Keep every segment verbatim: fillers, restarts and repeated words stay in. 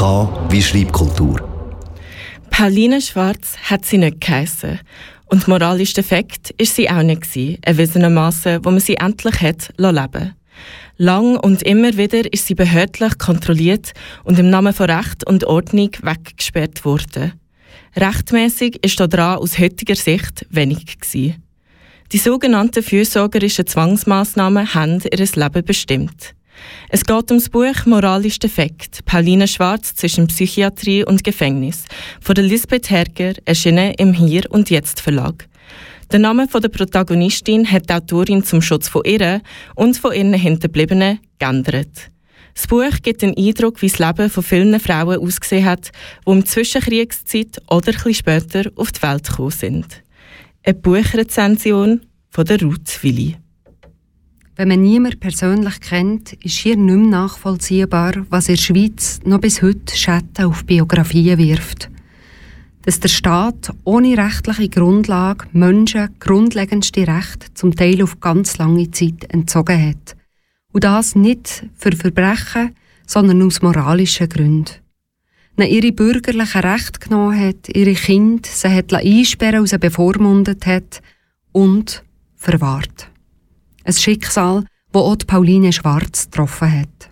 K wie Schreibkultur. Pauline Schwarz hat sie nicht geheissen. Und moralisch defekt ist sie auch nicht gewesen, erwiesenermassen, wo man sie endlich hat leben lassen. Lang und immer wieder ist sie behördlich kontrolliert und im Namen von Recht und Ordnung weggesperrt worden. Rechtmäßig ist daran aus heutiger Sicht wenig gewesen. Die sogenannten fürsorgerischen Zwangsmaßnahmen haben ihr Leben bestimmt. Es geht ums Buch «Moralisch defekt. Pauline Schwarz zwischen Psychiatrie und Gefängnis» von Lisbeth Herger, erschienen im Hier und Jetzt Verlag. Der Name der Protagonistin hat die Autorin zum Schutz von ihr und von ihren Hinterbliebenen geändert. Das Buch gibt den Eindruck, wie das Leben von vielen Frauen ausgesehen hat, die in der Zwischenkriegszeit oder etwas später auf die Welt gekommen sind. Eine Buchrezension von der Ruth Willi. Wenn man niemanden persönlich kennt, ist hier nicht mehr nachvollziehbar, was in der Schweiz noch bis heute Schatten auf Biografien wirft. Dass der Staat ohne rechtliche Grundlage Menschen grundlegendste Rechte zum Teil auf ganz lange Zeit entzogen hat. Und das nicht für Verbrechen, sondern aus moralischen Gründen. Ihnen ihre bürgerlichen Rechte genommen hat, ihre Kinder sie hat einsperren und sie bevormundet hat und verwahrt. Ein Schicksal, das auch Pauline Schwarz getroffen hat.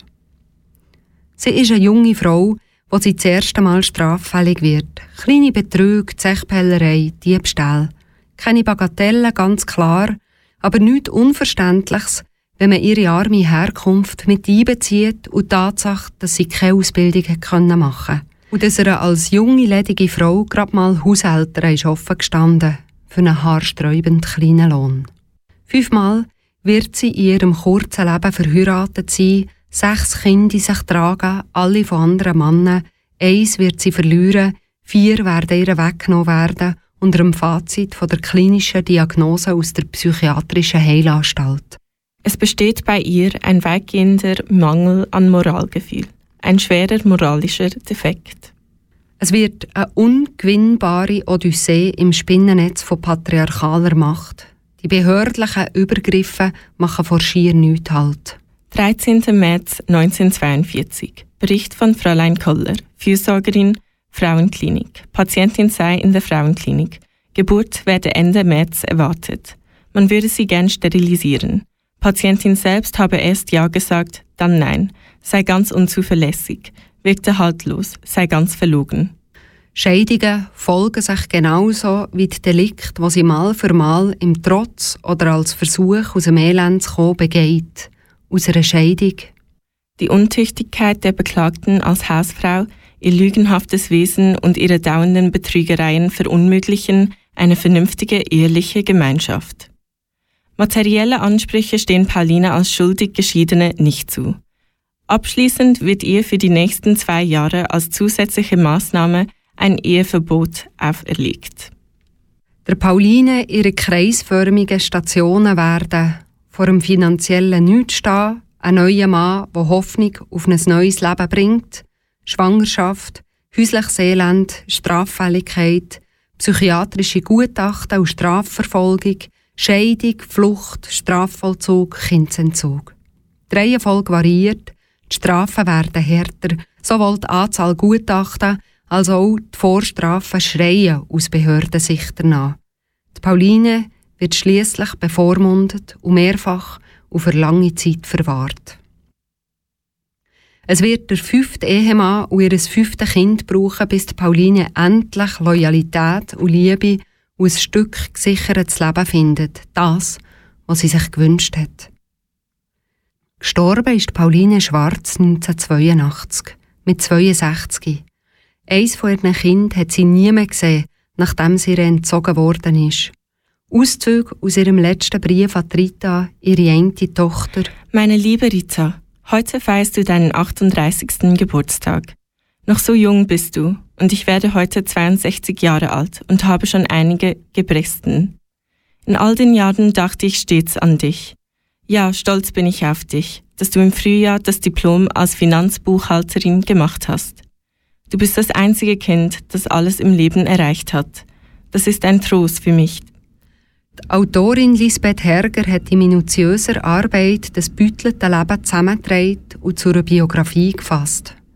Sie ist eine junge Frau, wo sie das erste Mal straffällig wird. Kleine Betrüge, Zechpellerei, Diebstahl. Keine Bagatellen, ganz klar, aber nichts Unverständliches, wenn man ihre arme Herkunft mit einbezieht und die Tatsache, dass sie keine Ausbildung machen konnte. Und dass ihr als junge, ledige Frau gerade mal Haushälterin ist offen gestanden für einen haarsträubend kleinen Lohn. Fünfmal wird sie in ihrem kurzen Leben verheiratet sein, sechs Kinder in sich tragen, alle von anderen Männern. Eins wird sie verlieren, vier werden ihr weggenommen werden, unter dem Fazit von der klinischen Diagnose aus der psychiatrischen Heilanstalt. Es besteht bei ihr ein weitgehender Mangel an Moralgefühl, ein schwerer moralischer Defekt. Es wird eine ungewinnbare Odyssee im Spinnennetz von patriarchaler Macht. Die behördlichen Übergriffe machen vor schier nichts Halt. dreizehnten März neunzehnhundertzweiundvierzig. Bericht von Fräulein Koller, Fürsorgerin, Frauenklinik. Patientin sei in der Frauenklinik. Geburt werde Ende März erwartet. Man würde sie gern sterilisieren. Patientin selbst habe erst Ja gesagt, dann Nein. Sei ganz unzuverlässig. Wirkte haltlos, sei ganz verlogen. Scheidungen folgen sich genauso wie die Delikte, die sie Mal für Mal im Trotz oder als Versuch, aus dem Elend zu kommen, begeht. Aus einer Scheidung. Die Untüchtigkeit der Beklagten als Hausfrau, ihr lügenhaftes Wesen und ihre dauernden Betrügereien verunmöglichen eine vernünftige eheliche Gemeinschaft. Materielle Ansprüche stehen Pauline als schuldig Geschiedene nicht zu. Abschließend wird ihr für die nächsten zwei Jahre als zusätzliche Maßnahme ein Eheverbot auferlegt. Der Pauline ihre kreisförmigen Stationen werden vor dem finanziellen Nichts stehen, ein neuer Mann, der Hoffnung auf ein neues Leben bringt, Schwangerschaft, häusliches Elend, Straffälligkeit, psychiatrische Gutachten und Strafverfolgung, Scheidung, Flucht, Strafvollzug, Kindsentzug. Die Reihenfolge variiert, die Strafen werden härter, sowohl die Anzahl Gutachten als auch die Vorstrafen schreien aus Behördensicht danach. Die Pauline wird schliesslich bevormundet und mehrfach auf eine lange Zeit verwahrt. Es wird der fünfte Ehemann und ihr fünfte Kind brauchen, bis die Pauline endlich Loyalität und Liebe und ein Stück gesichertes Leben findet. Das, was sie sich gewünscht hat. Gestorben ist Pauline Schwarz neunzehnhundertzweiundachtzig, mit zweiundsechzig. Eins von ihren Kindern hat sie nie mehr gesehen, nachdem sie ihr entzogen worden ist. Auszüge aus ihrem letzten Brief an Rita, ihre eine Tochter. Meine liebe Rita, heute feierst du deinen achtunddreißigsten Geburtstag. Noch so jung bist du und ich werde heute zweiundsechzig Jahre alt und habe schon einige Gebresten. In all den Jahren dachte ich stets an dich. Ja, stolz bin ich auf dich, dass du im Frühjahr das Diplom als Finanzbuchhalterin gemacht hast. Du bist das einzige Kind, das alles im Leben erreicht hat. Das ist ein Trost für mich. Die Autorin Lisbeth Herger hat in minutiöser Arbeit das gebütelte Leben zusammengetragen und zu einer Biografie gefasst.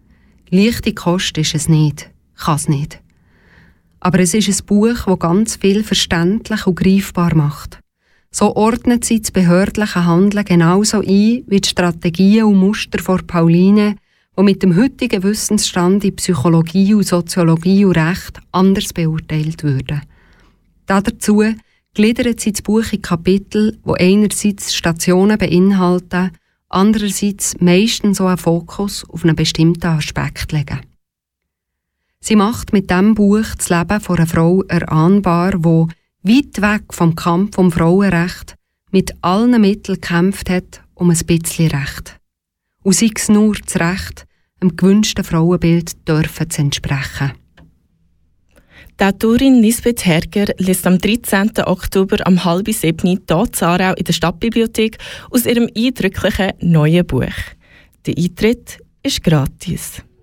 Leichte Kost ist es nicht, kann es nicht. Aber es ist ein Buch, das ganz viel verständlich und greifbar macht. So ordnet sie das behördliche Handeln genauso ein wie die Strategien und Muster von Pauline, die mit dem heutigen Wissensstand in Psychologie und Soziologie und Recht anders beurteilt würden. Dazu gliedert sie das Buch in Kapitel, die einerseits Stationen beinhalten, andererseits meistens so einen Fokus auf einen bestimmten Aspekt legen. Sie macht mit diesem Buch das Leben von einer Frau erahnbar, die weit weg vom Kampf um Frauenrecht mit allen Mitteln gekämpft hat um ein bisschen Recht. Und sei es nur das Recht, dem gewünschten Frauenbild dürfen zu entsprechen. Die Autorin Lisbeth Herger liest am dreizehnten Oktober um halb sieben hier in Aarau in der Stadtbibliothek aus ihrem eindrücklichen neuen Buch. Der Eintritt ist gratis.